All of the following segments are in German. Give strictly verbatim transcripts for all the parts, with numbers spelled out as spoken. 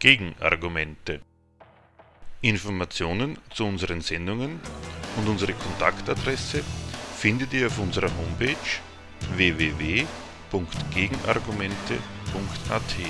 Gegenargumente. Informationen zu unseren Sendungen und unsere Kontaktadresse findet ihr auf unserer Homepage w w w punkt gegenargumente punkt a t.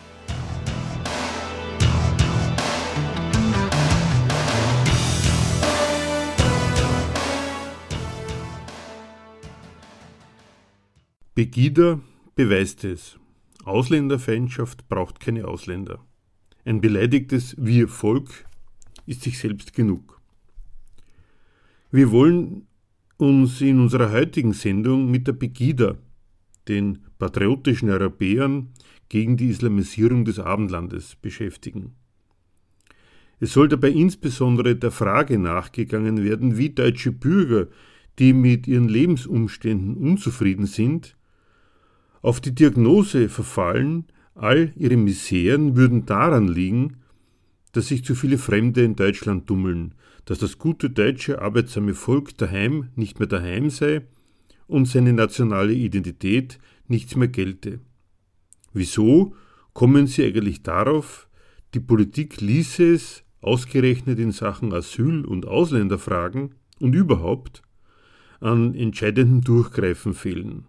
Pegida beweist es. Ausländerfeindschaft braucht keine Ausländer. Ein beleidigtes Wir Volk ist sich selbst genug. Wir wollen uns in unserer heutigen Sendung mit der Pegida, den patriotischen Europäern gegen die Islamisierung des Abendlandes, beschäftigen. Es soll dabei insbesondere der Frage nachgegangen werden, wie deutsche Bürger, die mit ihren Lebensumständen unzufrieden sind, auf die Diagnose verfallen, all ihre Miseren würden daran liegen, dass sich zu viele Fremde in Deutschland tummeln, dass das gute deutsche arbeitsame Volk daheim nicht mehr daheim sei und seine nationale Identität nichts mehr gelte. Wieso kommen sie eigentlich darauf, die Politik ließe es, ausgerechnet in Sachen Asyl- und Ausländerfragen und überhaupt, an entscheidendem Durchgreifen fehlen?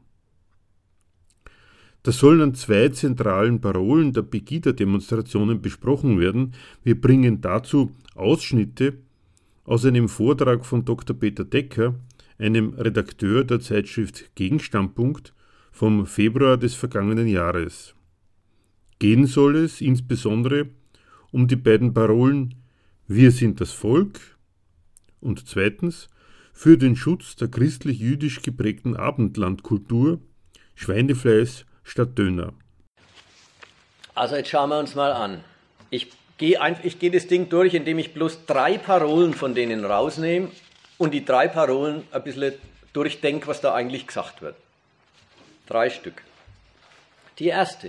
Das sollen an zwei zentralen Parolen der Pegida-Demonstrationen besprochen werden. Wir bringen dazu Ausschnitte aus einem Vortrag von Doktor Peter Decker, einem Redakteur der Zeitschrift Gegenstandpunkt vom Februar des vergangenen Jahres. Gehen soll es insbesondere um die beiden Parolen Wir sind das Volk und zweitens für den Schutz der christlich-jüdisch geprägten Abendlandkultur, Schweinefleisch statt Döner. Also jetzt schauen wir uns mal an. Ich gehe ich gehe das Ding durch, indem ich bloß drei Parolen von denen rausnehme und die drei Parolen ein bisschen durchdenke, was da eigentlich gesagt wird. Drei Stück. Die erste.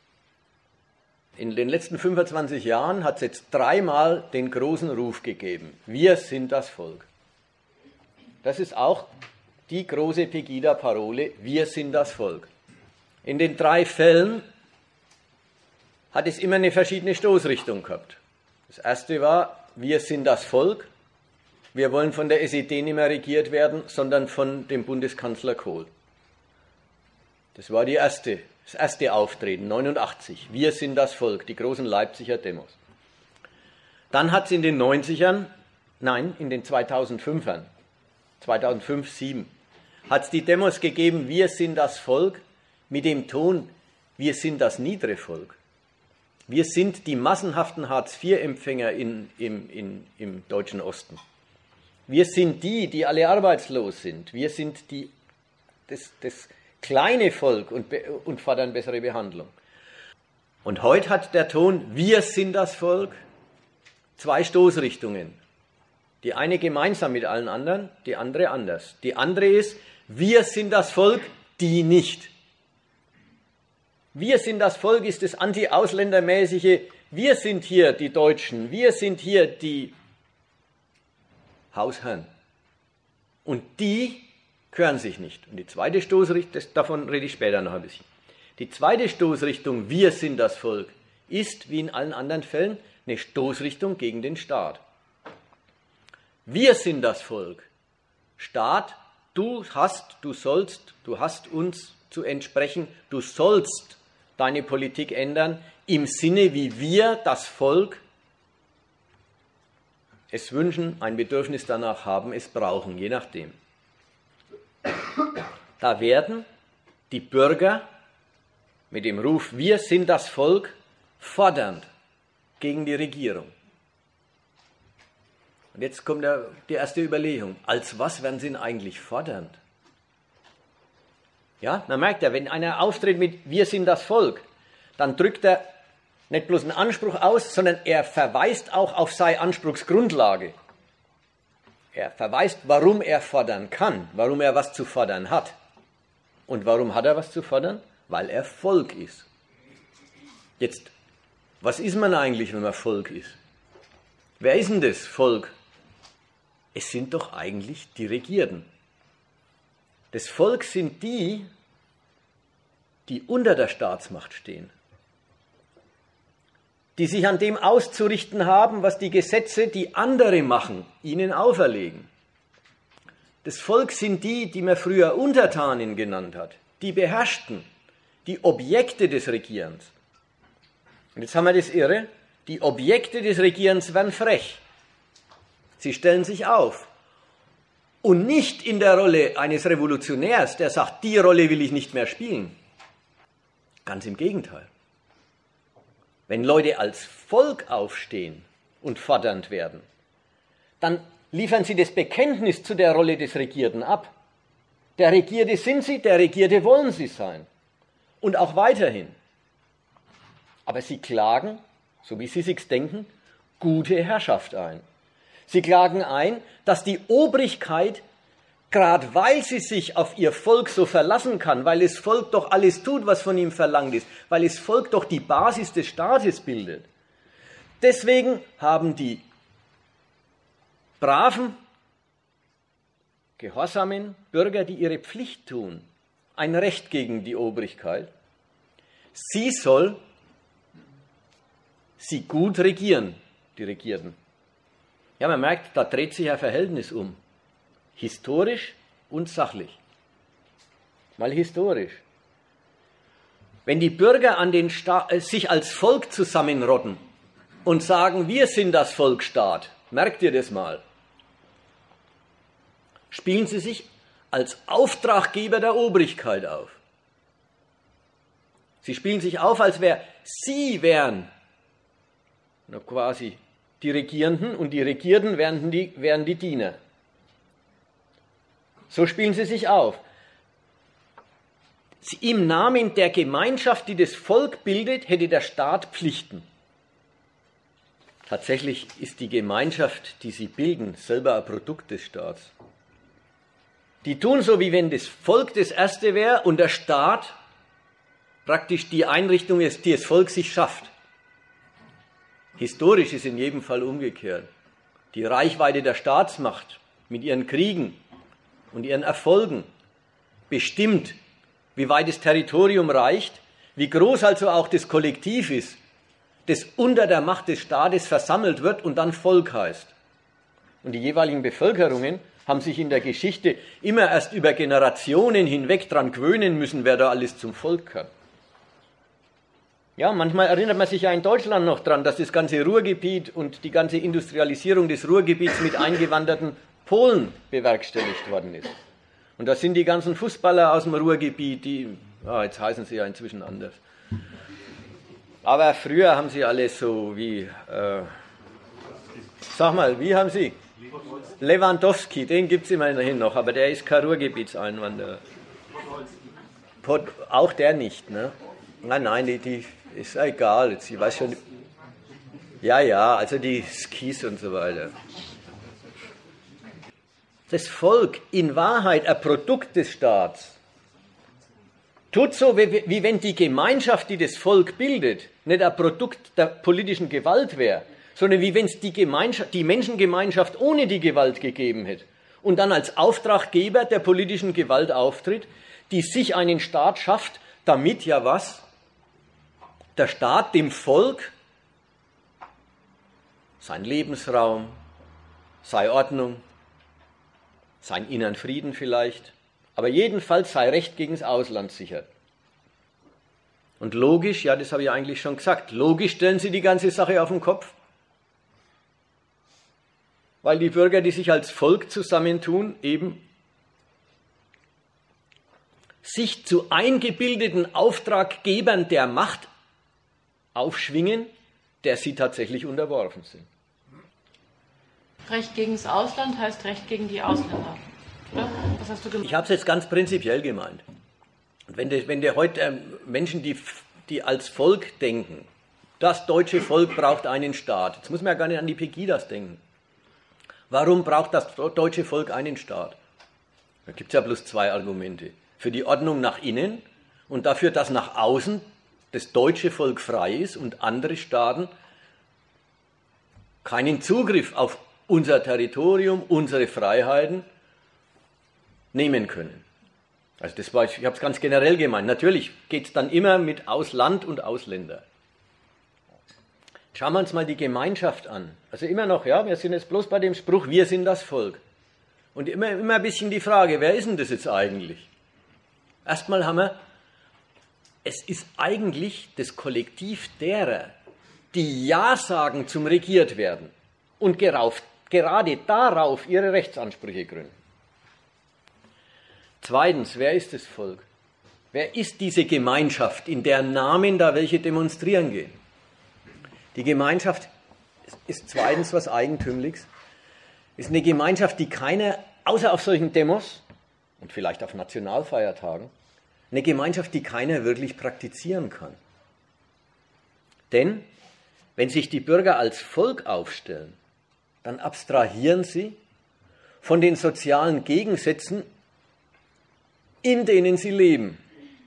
In den letzten fünfundzwanzig Jahren hat es jetzt dreimal den großen Ruf gegeben. Wir sind das Volk. Das ist auch die große Pegida-Parole. Wir sind das Volk. In den drei Fällen hat es immer eine verschiedene Stoßrichtung gehabt. Das erste war, wir sind das Volk, wir wollen von der S E D nicht mehr regiert werden, sondern von dem Bundeskanzler Kohl. Das war die erste, das erste Auftreten, neunundachtzig. Wir sind das Volk, die großen Leipziger Demos. Dann hat es in den neunzigern, nein, in den zweitausendfünfern, zweitausendfünf, zweitausendsieben, hat es die Demos gegeben, wir sind das Volk, mit dem Ton, wir sind das niedere Volk. Wir sind die massenhaften Hartz vier Empfänger in, im, in, im deutschen Osten. Wir sind die, die alle arbeitslos sind. Wir sind die, das, das kleine Volk und, und fordern bessere Behandlung. Und heute hat der Ton, wir sind das Volk, zwei Stoßrichtungen. Die eine gemeinsam mit allen anderen, die andere anders. Die andere ist, wir sind das Volk, die nicht. Wir sind das Volk ist das anti-ausländermäßige, wir sind hier die Deutschen, wir sind hier die Hausherren. Und die hören sich nicht. Und die zweite Stoßrichtung, davon rede ich später noch ein bisschen. Die zweite Stoßrichtung, wir sind das Volk, ist, wie in allen anderen Fällen, eine Stoßrichtung gegen den Staat. Wir sind das Volk. Staat, du hast, du sollst, du hast uns zu entsprechen, du sollst deine Politik ändern, im Sinne, wie wir, das Volk, es wünschen, ein Bedürfnis danach haben, es brauchen, je nachdem. Da werden die Bürger mit dem Ruf, wir sind das Volk, fordernd gegen die Regierung. Und jetzt kommt der, die erste Überlegung. Als was werden sie denn eigentlich fordernd? Ja, man merkt ja, wenn einer auftritt mit wir sind das Volk, dann drückt er nicht bloß einen Anspruch aus, sondern er verweist auch auf seine Anspruchsgrundlage. Er verweist, warum er fordern kann, warum er was zu fordern hat. Und warum hat er was zu fordern? Weil er Volk ist. Jetzt, was ist man eigentlich, wenn man Volk ist? Wer ist denn das Volk? Es sind doch eigentlich die Regierten. Das Volk sind die, die unter der Staatsmacht stehen. die sich an dem auszurichten haben, was die Gesetze, die andere machen, ihnen auferlegen. Das Volk sind die, die man früher Untertanen genannt hat, die Beherrschten, die Objekte des Regierens. Und jetzt haben wir das Irre, die Objekte des Regierens werden frech. Sie stellen sich auf. Und nicht in der Rolle eines Revolutionärs, der sagt, die Rolle will ich nicht mehr spielen. Ganz im Gegenteil. Wenn Leute als Volk aufstehen und fordernd werden, dann liefern sie das Bekenntnis zu der Rolle des Regierten ab. Der Regierte sind sie, der Regierte wollen sie sein. Und auch weiterhin. Aber sie klagen, so wie sie sich's denken, gute Herrschaft ein. Sie klagen ein, dass die Obrigkeit, gerade weil sie sich auf ihr Volk so verlassen kann, weil das Volk doch alles tut, was von ihm verlangt ist, weil das Volk doch die Basis des Staates bildet. Deswegen haben die braven, gehorsamen Bürger, die ihre Pflicht tun, ein Recht gegen die Obrigkeit. Sie soll sie gut regieren, die Regierten. Ja, man merkt, da dreht sich ein Verhältnis um. Historisch und sachlich. Mal historisch. Wenn die Bürger an den Sta- äh, sich als Volk zusammenrotten und sagen, wir sind das Volksstaat, merkt ihr das mal, spielen sie sich als Auftraggeber der Obrigkeit auf. Sie spielen sich auf, als wär, sie wären na, quasi die Regierenden und die Regierten wären die, wären die Diener. So spielen sie sich auf. Sie, im Namen der Gemeinschaft, die das Volk bildet, hätte der Staat Pflichten. Tatsächlich ist die Gemeinschaft, die sie bilden, selber ein Produkt des Staats. Die tun so, wie wenn das Volk das Erste wäre und der Staat praktisch die Einrichtung ist, die das Volk sich schafft. Historisch ist in jedem Fall umgekehrt. Die Reichweite der Staatsmacht mit ihren Kriegen und ihren Erfolgen bestimmt, wie weit das Territorium reicht, wie groß also auch das Kollektiv ist, das unter der Macht des Staates versammelt wird und dann Volk heißt. Und die jeweiligen Bevölkerungen haben sich in der Geschichte immer erst über Generationen hinweg dran gewöhnen müssen, wer da alles zum Volk kann. Ja, manchmal erinnert man sich ja in Deutschland noch dran, dass das ganze Ruhrgebiet und die ganze Industrialisierung des Ruhrgebiets mit eingewanderten Polen bewerkstelligt worden ist. Und das sind die ganzen Fußballer aus dem Ruhrgebiet, die, ah, jetzt heißen sie ja inzwischen anders. Aber früher haben sie alle so wie, äh, sag mal, wie haben sie? Lewandowski, den gibt es immerhin noch, aber der ist kein Ruhrgebietseinwanderer. Pot, auch der nicht, ne? Nein, nein, die, die ist egal, jetzt, ich weiß schon. Ja, ja, also die Skis und so weiter. Das Volk, in Wahrheit ein Produkt des Staats, tut so, wie, wie wenn die Gemeinschaft, die das Volk bildet, nicht ein Produkt der politischen Gewalt wäre, sondern wie wenn es die, Gemeinschaft, die Menschengemeinschaft ohne die Gewalt gegeben hätte und dann als Auftraggeber der politischen Gewalt auftritt, die sich einen Staat schafft, damit ja was? Der Staat dem Volk sein Lebensraum, sei Ordnung, sein inneren Frieden vielleicht, aber jedenfalls sei Recht gegen das Ausland sichert. Und logisch, ja, das habe ich eigentlich schon gesagt, logisch stellen sie die ganze Sache auf den Kopf, weil die Bürger, die sich als Volk zusammentun, eben sich zu eingebildeten Auftraggebern der Macht aufschwingen, der sie tatsächlich unterworfen sind. Recht gegen das Ausland heißt Recht gegen die Ausländer. Oder? Was hast du gemeint? Ich habe es jetzt ganz prinzipiell gemeint. Wenn der, wenn der heute äh, Menschen, die, die als Volk denken, das deutsche Volk braucht einen Staat. Jetzt muss man ja gar nicht an die Pegidas denken. Warum braucht das deutsche Volk einen Staat? Da gibt es ja bloß zwei Argumente. Für die Ordnung nach innen und dafür, dass nach außen das deutsche Volk frei ist und andere Staaten keinen Zugriff auf unser Territorium, unsere Freiheiten nehmen können. Also das war, ich habe es ganz generell gemeint. Natürlich geht es dann immer mit Ausland und Ausländer. Schauen wir uns mal die Gemeinschaft an. Also immer noch, ja, wir sind jetzt bloß bei dem Spruch, wir sind das Volk. Und immer, immer ein bisschen die Frage, wer ist denn das jetzt eigentlich? Erstmal haben wir, es ist eigentlich das Kollektiv derer, die Ja sagen zum Regiert werden und gerauf, gerade darauf ihre Rechtsansprüche gründen. Zweitens, wer ist das Volk? Wer ist diese Gemeinschaft, in deren Namen da welche demonstrieren gehen? Die Gemeinschaft ist zweitens was Eigentümliches, ist eine Gemeinschaft, die keiner, außer auf solchen Demos und vielleicht auf Nationalfeiertagen, eine Gemeinschaft, die keiner wirklich praktizieren kann. Denn wenn sich die Bürger als Volk aufstellen, dann abstrahieren sie von den sozialen Gegensätzen, in denen sie leben.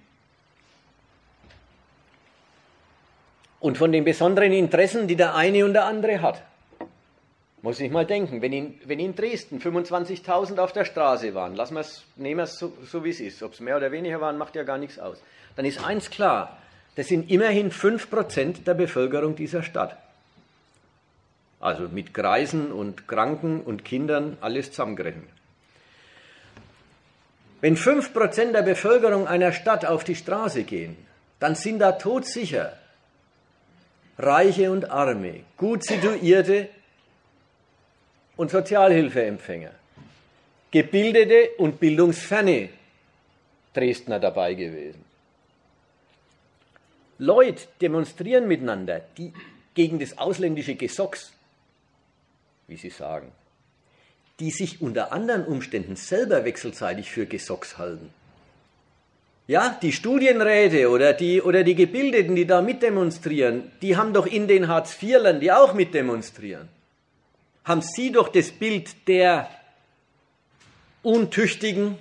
Und von den besonderen Interessen, die der eine und der andere hat. Muss ich mal denken, wenn in, wenn in Dresden fünfundzwanzigtausend auf der Straße waren, lassen wir es, nehmen wir es so, so wie es ist, ob es mehr oder weniger waren, macht ja gar nichts aus. Dann ist eins klar, das sind immerhin fünf Prozent der Bevölkerung dieser Stadt. Also mit Greisen und Kranken und Kindern alles zusammengerechnet. Wenn fünf Prozent der Bevölkerung einer Stadt auf die Straße gehen, dann sind da todsicher Reiche und Arme, gut situierte und Sozialhilfeempfänger, gebildete und bildungsferne Dresdner dabei gewesen. Leute demonstrieren miteinander, die gegen das ausländische Gesocks, wie sie sagen, die sich unter anderen Umständen selber wechselseitig für Gesocks halten. Ja, die Studienräte oder die, oder die Gebildeten, die da mitdemonstrieren, die haben doch in den Hartz-Vierlern, die auch mitdemonstrieren, haben sie doch das Bild der Untüchtigen,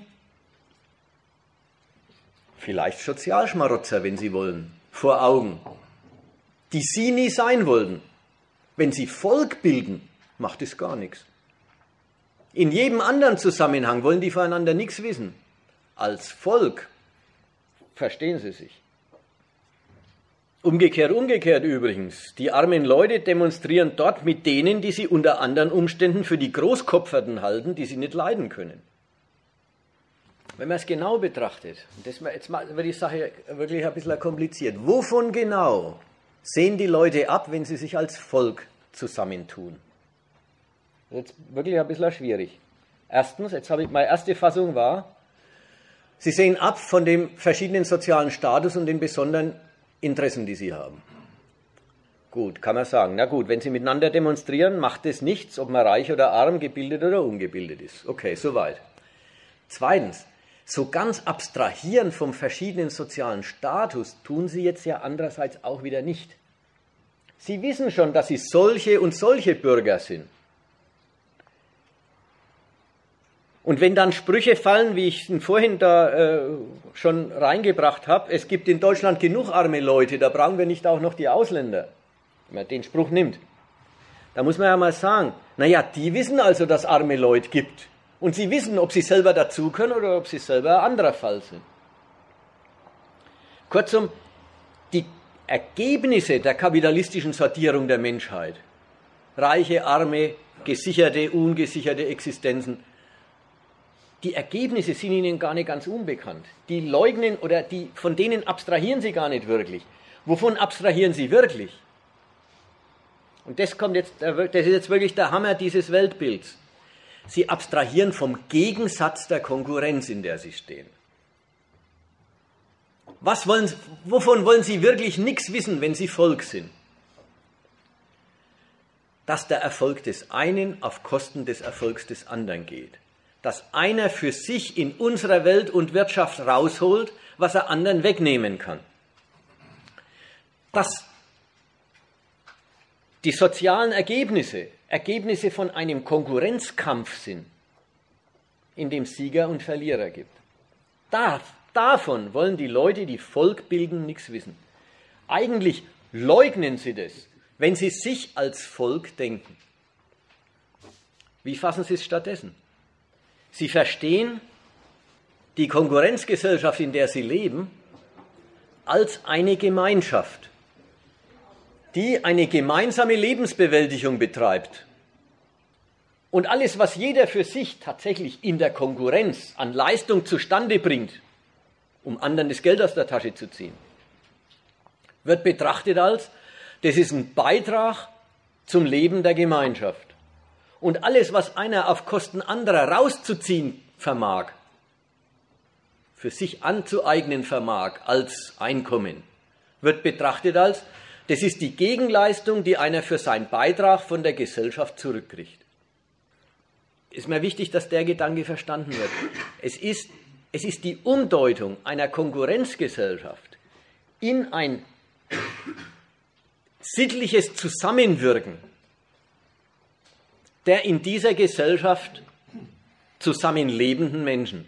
vielleicht Sozialschmarotzer, wenn sie wollen, vor Augen, die sie nie sein wollten. Wenn sie Volk bilden, macht es gar nichts. In jedem anderen Zusammenhang wollen die voneinander nichts wissen. Als Volk verstehen sie sich. Umgekehrt, umgekehrt übrigens. Die armen Leute demonstrieren dort mit denen, die sie unter anderen Umständen für die Großkopferten halten, die sie nicht leiden können. Wenn man es genau betrachtet, und das, jetzt wird die Sache wirklich ein bisschen kompliziert, wovon genau sehen die Leute ab, wenn sie sich als Volk zusammentun? Das ist jetzt wirklich ein bisschen schwierig. Erstens, jetzt habe ich, meine erste Fassung war, sie sehen ab von dem verschiedenen sozialen Status und den besonderen Interessen, die sie haben. Gut, kann man sagen. Na gut, wenn sie miteinander demonstrieren, macht es nichts, ob man reich oder arm, gebildet oder ungebildet ist. Okay, soweit. Zweitens, so ganz abstrahieren vom verschiedenen sozialen Status tun sie jetzt ja andererseits auch wieder nicht. Sie wissen schon, dass sie solche und solche Bürger sind. Und wenn dann Sprüche fallen, wie ich ihn vorhin da äh, schon reingebracht habe, es gibt in Deutschland genug arme Leute, da brauchen wir nicht auch noch die Ausländer, wenn man den Spruch nimmt. Da muss man ja mal sagen, naja, die wissen also, dass es arme Leute gibt. Und sie wissen, ob sie selber dazu können oder ob sie selber ein anderer Fall sind. Kurzum, die Ergebnisse der kapitalistischen Sortierung der Menschheit, reiche, arme, gesicherte, ungesicherte Existenzen, die Ergebnisse sind ihnen gar nicht ganz unbekannt. Die leugnen oder die, von denen abstrahieren sie gar nicht wirklich. Wovon abstrahieren sie wirklich? Und das kommt jetzt, das ist jetzt wirklich der Hammer dieses Weltbilds. Sie abstrahieren vom Gegensatz der Konkurrenz, in der sie stehen. Was wollen, wovon wollen sie wirklich nichts wissen, wenn sie Volk sind? Dass der Erfolg des einen auf Kosten des Erfolgs des anderen geht. Dass einer für sich in unserer Welt und Wirtschaft rausholt, was er anderen wegnehmen kann. Dass die sozialen Ergebnisse Ergebnisse von einem Konkurrenzkampf sind, in dem es Sieger und Verlierer gibt. Da, davon wollen die Leute, die Volk bilden, nichts wissen. Eigentlich leugnen sie das, wenn sie sich als Volk denken. Wie fassen sie es stattdessen? Sie verstehen die Konkurrenzgesellschaft, in der sie leben, als eine Gemeinschaft. die eine gemeinsame Lebensbewältigung betreibt. Und alles, was jeder für sich tatsächlich in der Konkurrenz an Leistung zustande bringt, um anderen das Geld aus der Tasche zu ziehen, wird betrachtet als, das ist ein Beitrag zum Leben der Gemeinschaft. Und alles, was einer auf Kosten anderer rauszuziehen vermag, für sich anzueignen vermag als Einkommen, wird betrachtet als, das ist die Gegenleistung, die einer für seinen Beitrag von der Gesellschaft zurückkriegt. Ist mir wichtig, dass der Gedanke verstanden wird. Es ist, es ist die Umdeutung einer Konkurrenzgesellschaft in ein sittliches Zusammenwirken der in dieser Gesellschaft zusammenlebenden Menschen.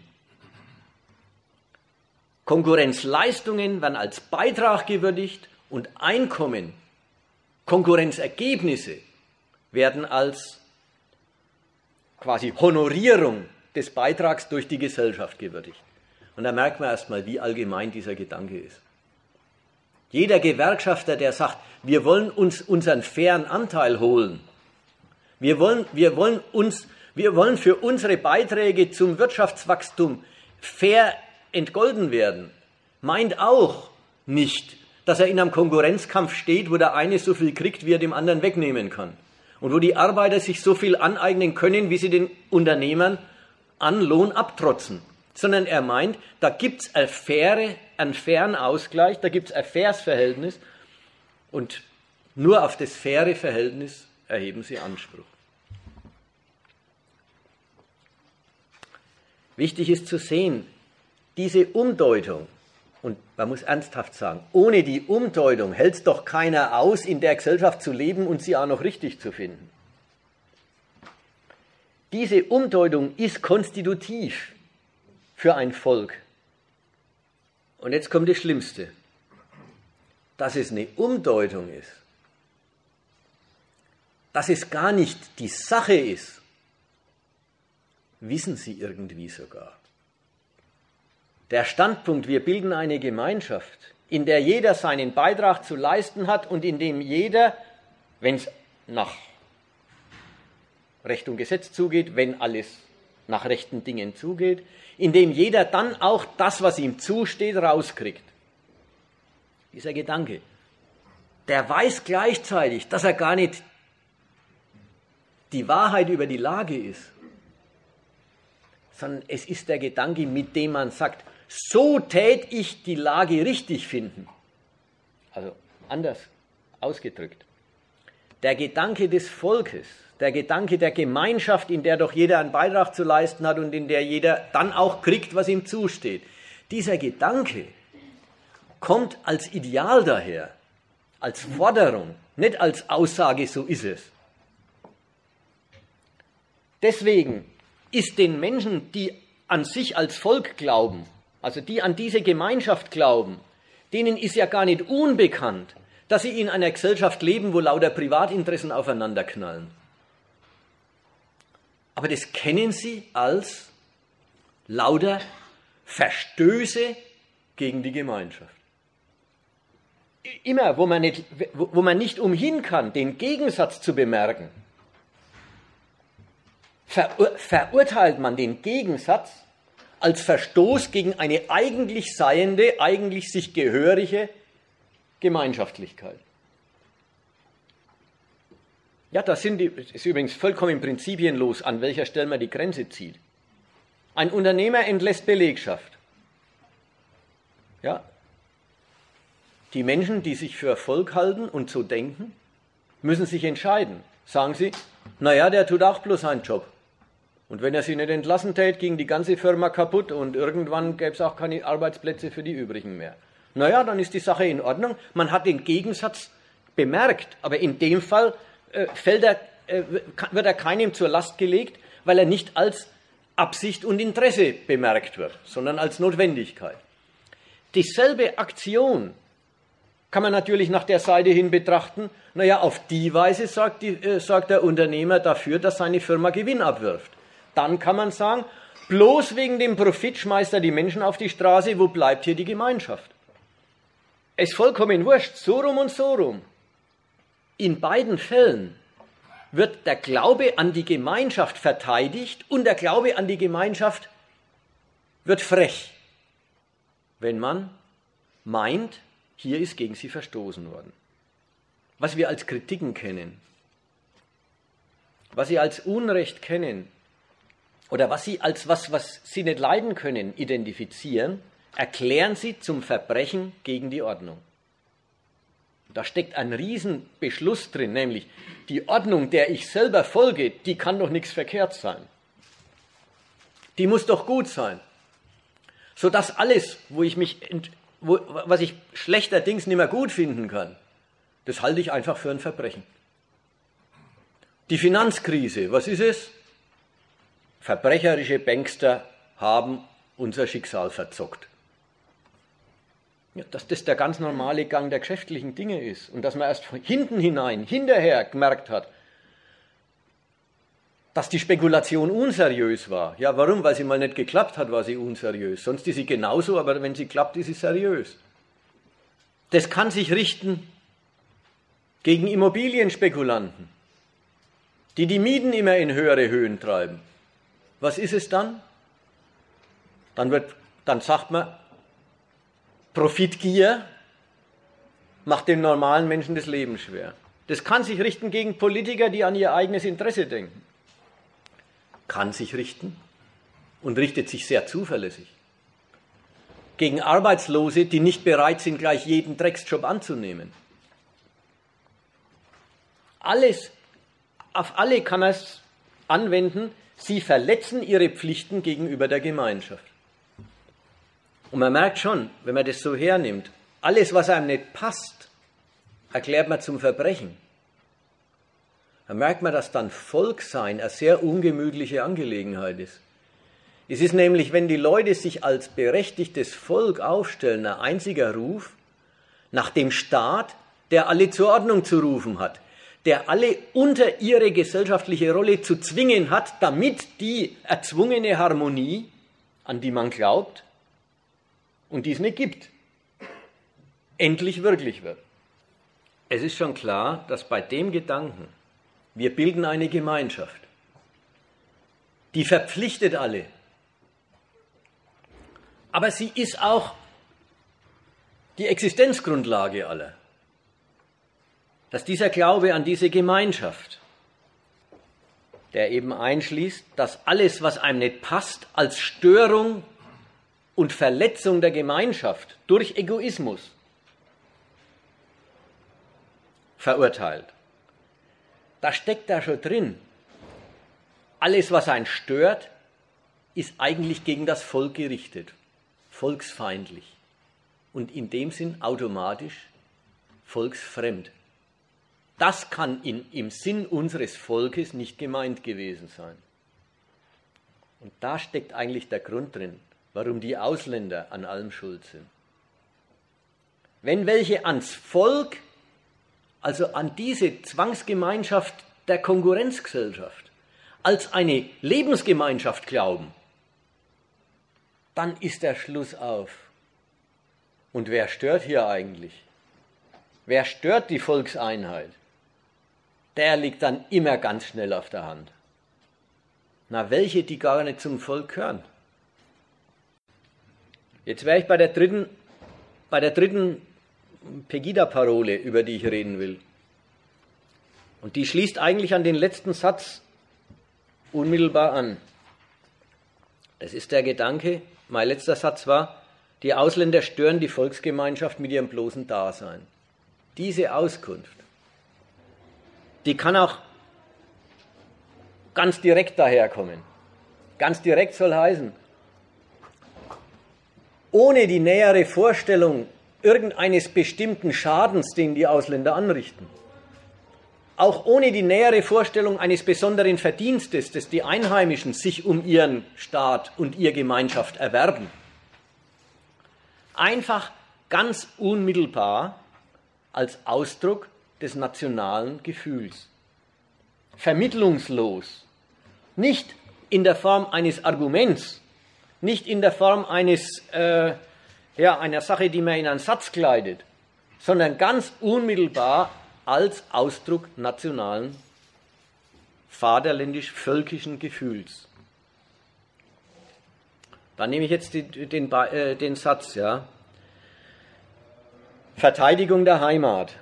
Konkurrenzleistungen werden als Beitrag gewürdigt und Einkommen, Konkurrenzergebnisse werden als quasi Honorierung des Beitrags durch die Gesellschaft gewürdigt. Und da merkt man erstmal, wie allgemein dieser Gedanke ist. Jeder Gewerkschafter, der sagt, wir wollen uns unseren fairen Anteil holen, wir wollen, wir wollen, uns, wir wollen für unsere Beiträge zum Wirtschaftswachstum fair entgolden werden, meint auch nicht, dass er in einem Konkurrenzkampf steht, wo der eine so viel kriegt, wie er dem anderen wegnehmen kann. Und wo die Arbeiter sich so viel aneignen können, wie sie den Unternehmern an Lohn abtrotzen. Sondern er meint, da gibt es eine faire, einen fairen Ausgleich, da gibt es ein faires Verhältnis und nur auf das faire Verhältnis erheben sie Anspruch. Wichtig ist zu sehen, diese Umdeutung, und man muss ernsthaft sagen, ohne die Umdeutung hält es doch keiner aus, in der Gesellschaft zu leben und sie auch noch richtig zu finden. Diese Umdeutung ist konstitutiv für ein Volk. Und jetzt kommt das Schlimmste, dass es eine Umdeutung ist, dass es gar nicht die Sache ist, wissen sie irgendwie sogar. Der Standpunkt, wir bilden eine Gemeinschaft, in der jeder seinen Beitrag zu leisten hat und in dem jeder, wenn es nach Recht und Gesetz zugeht, wenn alles nach rechten Dingen zugeht, in dem jeder dann auch das, was ihm zusteht, rauskriegt. Dieser Gedanke, der weiß gleichzeitig, dass er gar nicht die Wahrheit über die Lage ist, sondern es ist der Gedanke, mit dem man sagt, so tät ich die Lage richtig finden. Also anders ausgedrückt. Der Gedanke des Volkes, der Gedanke der Gemeinschaft, in der doch jeder einen Beitrag zu leisten hat und in der jeder dann auch kriegt, was ihm zusteht. Dieser Gedanke kommt als Ideal daher, als Forderung, nicht als Aussage, so ist es. Deswegen ist den Menschen, die an sich als Volk glauben, also die an diese Gemeinschaft glauben, denen ist ja gar nicht unbekannt, dass sie in einer Gesellschaft leben, wo lauter Privatinteressen aufeinanderknallen. Aber das kennen sie als lauter Verstöße gegen die Gemeinschaft. Immer, wo man nicht, wo man nicht umhin kann, den Gegensatz zu bemerken, verur- verurteilt man den Gegensatz als Verstoß gegen eine eigentlich seiende, eigentlich sich gehörige Gemeinschaftlichkeit. Ja, das sind die, ist übrigens vollkommen prinzipienlos, an welcher Stelle man die Grenze zieht. Ein Unternehmer entlässt Belegschaft. Ja, die Menschen, die sich für Erfolg halten und so denken, müssen sich entscheiden. Sagen sie, naja, der tut auch bloß seinen Job. Und wenn er sie nicht entlassen tät, ging die ganze Firma kaputt und irgendwann gäbe es auch keine Arbeitsplätze für die übrigen mehr. Naja, dann ist die Sache in Ordnung. Man hat den Gegensatz bemerkt, aber in dem Fall äh, fällt er, äh, wird er keinem zur Last gelegt, weil er nicht als Absicht und Interesse bemerkt wird, sondern als Notwendigkeit. Dieselbe Aktion kann man natürlich nach der Seite hin betrachten, naja, auf die Weise sorgt, die, äh, sorgt der Unternehmer dafür, dass seine Firma Gewinn abwirft. Dann kann man sagen, bloß wegen dem Profit schmeißt er die Menschen auf die Straße, wo bleibt hier die Gemeinschaft? Es ist vollkommen wurscht, so rum und so rum. in beiden Fällen wird der Glaube an die Gemeinschaft verteidigt und der Glaube an die Gemeinschaft wird frech, wenn man meint, hier ist gegen sie verstoßen worden. Was wir als Kritiken kennen, was sie als Unrecht kennen oder was sie als was, was sie nicht leiden können, identifizieren, erklären sie zum Verbrechen gegen die Ordnung. Da steckt ein Riesenbeschluss drin, nämlich die Ordnung, der ich selber folge, die kann doch nichts verkehrt sein. Die muss doch gut sein. Sodass alles, wo ich mich, wo, was ich schlechterdings nicht mehr gut finden kann, das halte ich einfach für ein Verbrechen. Die Finanzkrise, was ist es? Verbrecherische Bankster haben unser Schicksal verzockt. Ja, dass das der ganz normale Gang der geschäftlichen Dinge ist und dass man erst von hinten hinein, hinterher gemerkt hat, dass die Spekulation unseriös war. Ja, warum? Weil sie mal nicht geklappt hat, war sie unseriös. Sonst ist sie genauso, aber wenn sie klappt, ist sie seriös. Das kann sich richten gegen Immobilienspekulanten, die die Mieten immer in höhere Höhen treiben. Was ist es dann? Dann wird, dann sagt man, Profitgier macht dem normalen Menschen das Leben schwer. Das kann sich richten gegen Politiker, die an ihr eigenes Interesse denken. Kann sich richten und richtet sich sehr zuverlässig. Gegen Arbeitslose, die nicht bereit sind, gleich jeden Drecksjob anzunehmen. Alles, auf alle kann er es anwenden, sie verletzen ihre Pflichten gegenüber der Gemeinschaft. Und man merkt schon, wenn man das so hernimmt, alles, was einem nicht passt, erklärt man zum Verbrechen. Da merkt man, dass dann Volksein eine sehr ungemütliche Angelegenheit ist. Es ist nämlich, wenn die Leute sich als berechtigtes Volk aufstellen, ein einziger Ruf nach dem Staat, der alle zur Ordnung zu rufen hat, der alle unter ihre gesellschaftliche Rolle zu zwingen hat, damit die erzwungene Harmonie, an die man glaubt und die es nicht gibt, endlich wirklich wird. Es ist schon klar, dass bei dem Gedanken, wir bilden eine Gemeinschaft, die verpflichtet alle, aber sie ist auch die Existenzgrundlage aller. Dass dieser Glaube an diese Gemeinschaft, der eben einschließt, dass alles, was einem nicht passt, als Störung und Verletzung der Gemeinschaft durch Egoismus verurteilt. Da steckt da schon drin. Alles, was einen stört, ist eigentlich gegen das Volk gerichtet, volksfeindlich und in dem Sinn automatisch volksfremd. Das kann in, im Sinn unseres Volkes nicht gemeint gewesen sein. Und da steckt eigentlich der Grund drin, warum die Ausländer an allem schuld sind. Wenn welche ans Volk, also an diese Zwangsgemeinschaft der Konkurrenzgesellschaft, als eine Lebensgemeinschaft glauben, dann ist der Schluss auf. Und wer stört hier eigentlich? Wer stört die Volkseinheit? Der liegt dann immer ganz schnell auf der Hand. Na, welche, die gar nicht zum Volk gehören? Jetzt wäre ich bei der dritten, bei der dritten Pegida-Parole, über die ich reden will. Und die schließt eigentlich an den letzten Satz unmittelbar an. Das ist der Gedanke, mein letzter Satz war, die Ausländer stören die Volksgemeinschaft mit ihrem bloßen Dasein. Diese Auskunft, die kann auch ganz direkt daherkommen. Ganz direkt soll heißen, ohne die nähere Vorstellung irgendeines bestimmten Schadens, den die Ausländer anrichten, auch ohne die nähere Vorstellung eines besonderen Verdienstes, das die Einheimischen sich um ihren Staat und ihre Gemeinschaft erwerben, einfach ganz unmittelbar als Ausdruck des nationalen Gefühls. Vermittlungslos. Nicht in der Form eines Arguments, nicht in der Form eines, äh, ja, einer Sache, die man in einen Satz kleidet, sondern ganz unmittelbar als Ausdruck nationalen, vaterländisch-völkischen Gefühls. Dann nehme ich jetzt den, den, äh, den Satz, ja. Verteidigung der Heimat.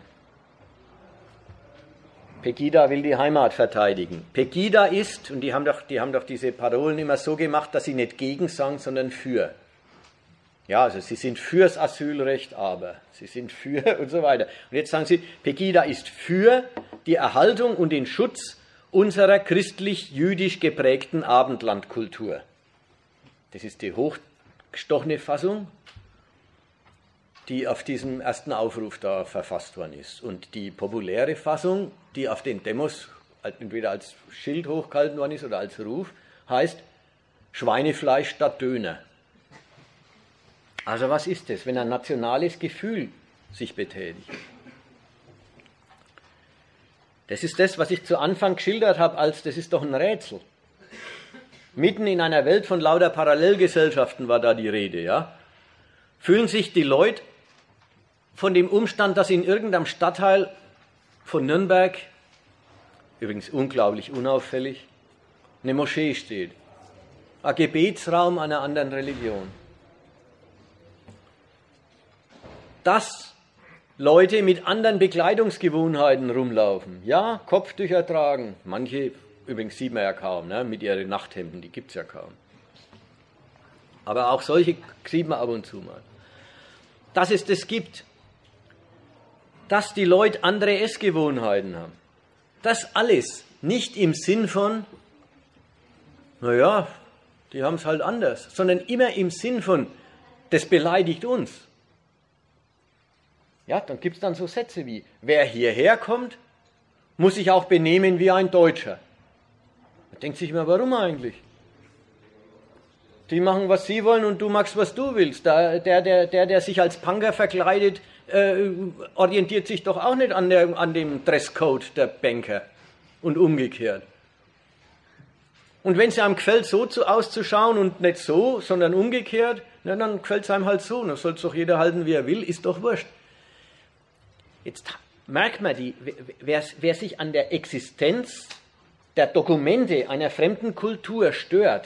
Pegida will die Heimat verteidigen. Pegida ist, und die haben doch, die haben doch diese Parolen immer so gemacht, dass sie nicht gegen sagen, sondern für. Ja, also sie sind fürs Asylrecht, aber sie sind für und so weiter. Und jetzt sagen sie, Pegida ist für die Erhaltung und den Schutz unserer christlich-jüdisch geprägten Abendlandkultur. Das ist die hochgestochene Fassung, die auf diesem ersten Aufruf da verfasst worden ist. Und die populäre Fassung, die auf den Demos entweder als Schild hochgehalten worden ist oder als Ruf, heißt Schweinefleisch statt Döner. Also was ist das, wenn ein nationales Gefühl sich betätigt? Das ist das, was ich zu Anfang geschildert habe, als das ist doch ein Rätsel. Mitten in einer Welt von lauter Parallelgesellschaften war da die Rede, ja? Fühlen sich die Leute von dem Umstand, dass in irgendeinem Stadtteil von Nürnberg, übrigens unglaublich unauffällig, eine Moschee steht, ein Gebetsraum einer anderen Religion, dass Leute mit anderen Bekleidungsgewohnheiten rumlaufen, ja, Kopftücher tragen, manche, übrigens sieht man ja kaum, ne, mit ihren Nachthemden, die gibt es ja kaum. Aber auch solche sieht man ab und zu mal. Dass es das gibt, dass die Leute andere Essgewohnheiten haben. Das alles nicht im Sinn von, naja, die haben es halt anders, sondern immer im Sinn von, das beleidigt uns. Ja, dann gibt es dann so Sätze wie, wer hierher kommt, muss sich auch benehmen wie ein Deutscher. Man denkt sich immer, warum eigentlich? Die machen, was sie wollen und du machst, was du willst. Der, der, der, der, der sich als Punker verkleidet, äh, orientiert sich doch auch nicht an, der, an dem Dresscode der Banker und umgekehrt. Und wenn es einem gefällt, so zu, auszuschauen und nicht so, sondern umgekehrt, na, dann gefällt es einem halt so. Dann soll es doch jeder halten, wie er will, ist doch wurscht. Jetzt merkt man, die, wer, wer sich an der Existenz der Dokumente einer fremden Kultur stört,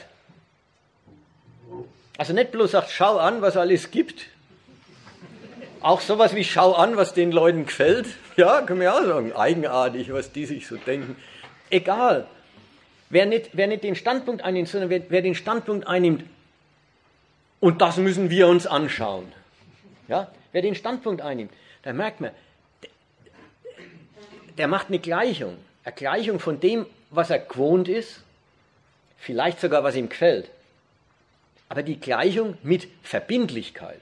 also nicht bloß sagt, schau an, was alles gibt, auch sowas wie schau an, was den Leuten gefällt, ja, können wir auch sagen, eigenartig, was die sich so denken, egal. Wer nicht, wer nicht den Standpunkt einnimmt, sondern wer, wer den Standpunkt einnimmt, und das müssen wir uns anschauen, ja, wer den Standpunkt einnimmt, da merkt man, der macht eine Gleichung, eine Gleichung von dem, was er gewohnt ist, vielleicht sogar was ihm gefällt, aber die Gleichung mit Verbindlichkeit.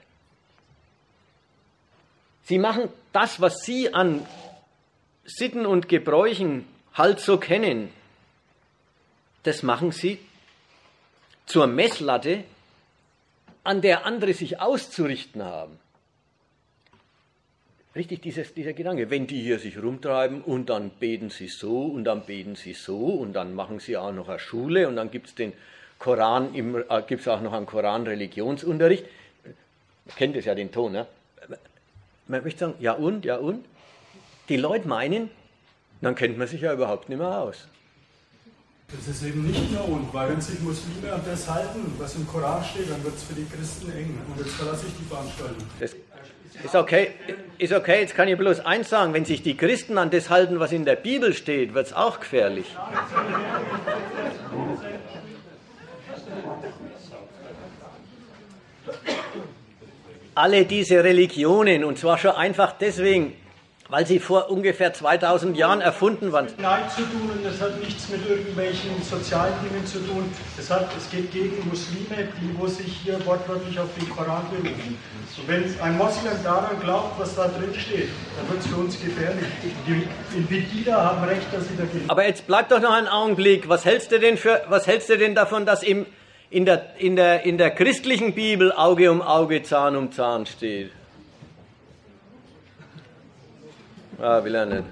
Sie machen das, was Sie an Sitten und Gebräuchen halt so kennen, das machen Sie zur Messlatte, an der andere sich auszurichten haben. Richtig, dieses, dieser Gedanke, wenn die hier sich rumtreiben und dann beten sie so und dann beten sie so und dann machen sie auch noch eine Schule und dann gibt es den Koran, im, äh, gibt es auch noch einen Koran-Religionsunterricht. Man kennt es ja, den Ton, ne? Man möchte sagen, ja und, ja und? Die Leute meinen, dann kennt man sich ja überhaupt nicht mehr aus. Das ist eben nicht nur und, weil wenn sich Muslime an das halten, was im Koran steht, dann wird es für die Christen eng. Und jetzt verlasse ich die Veranstaltung. Das ist okay, ist okay, jetzt kann ich bloß eins sagen, wenn sich die Christen an das halten, was in der Bibel steht, wird es auch gefährlich. Alle diese Religionen, und zwar schon einfach deswegen, weil sie vor ungefähr zweitausend Jahren erfunden waren. Nein zu tun und das hat nichts mit irgendwelchen sozialen Dingen zu tun. Es, hat, es geht gegen Muslime, die wo sich hier wortwörtlich auf den Koran berufen. Und wenn ein Moslem daran glaubt, was da drin steht, dann wird es für uns gefährlich. Die in Pegida haben recht, dass sie dagegen. Aber jetzt bleibt doch noch ein Augenblick. Was hältst du denn für, was hältst du denn davon, dass im, in, der, in, der, in der christlichen Bibel Auge um Auge, Zahn um Zahn steht? Ah, will er nicht.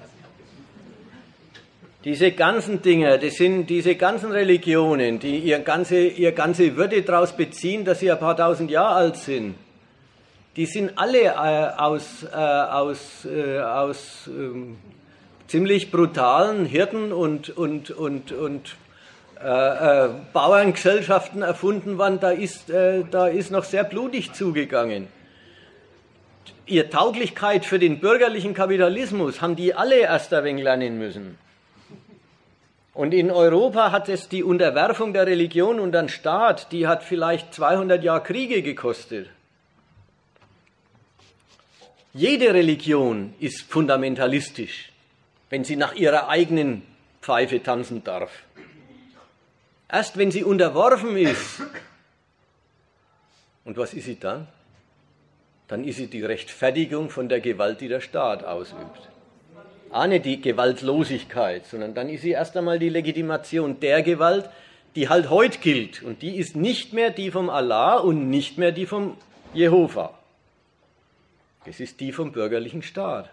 Diese ganzen Dinge, das sind diese ganzen Religionen, die ihr ganze, ihr ganze Würde daraus beziehen, dass sie ein paar tausend Jahre alt sind. die sind alle äh, aus, äh, aus, äh, aus äh, ziemlich brutalen Hirten und, und, und, und äh, äh, Bauerngesellschaften erfunden worden. Da ist, äh, da ist noch sehr blutig zugegangen. Ihre Tauglichkeit für den bürgerlichen Kapitalismus haben die alle erst ein wenig lernen müssen. Und in Europa hat es die Unterwerfung der Religion und den Staat, die hat vielleicht zweihundert Jahre Kriege gekostet. Jede Religion ist fundamentalistisch, wenn sie nach ihrer eigenen Pfeife tanzen darf. Erst wenn sie unterworfen ist, und was ist sie dann? Dann ist sie die Rechtfertigung von der Gewalt, die der Staat ausübt. Auch nicht die Gewaltlosigkeit, sondern dann ist sie erst einmal die Legitimation der Gewalt, die halt heute gilt. Und die ist nicht mehr die vom Allah und nicht mehr die vom Jehova. Es ist die vom bürgerlichen Staat.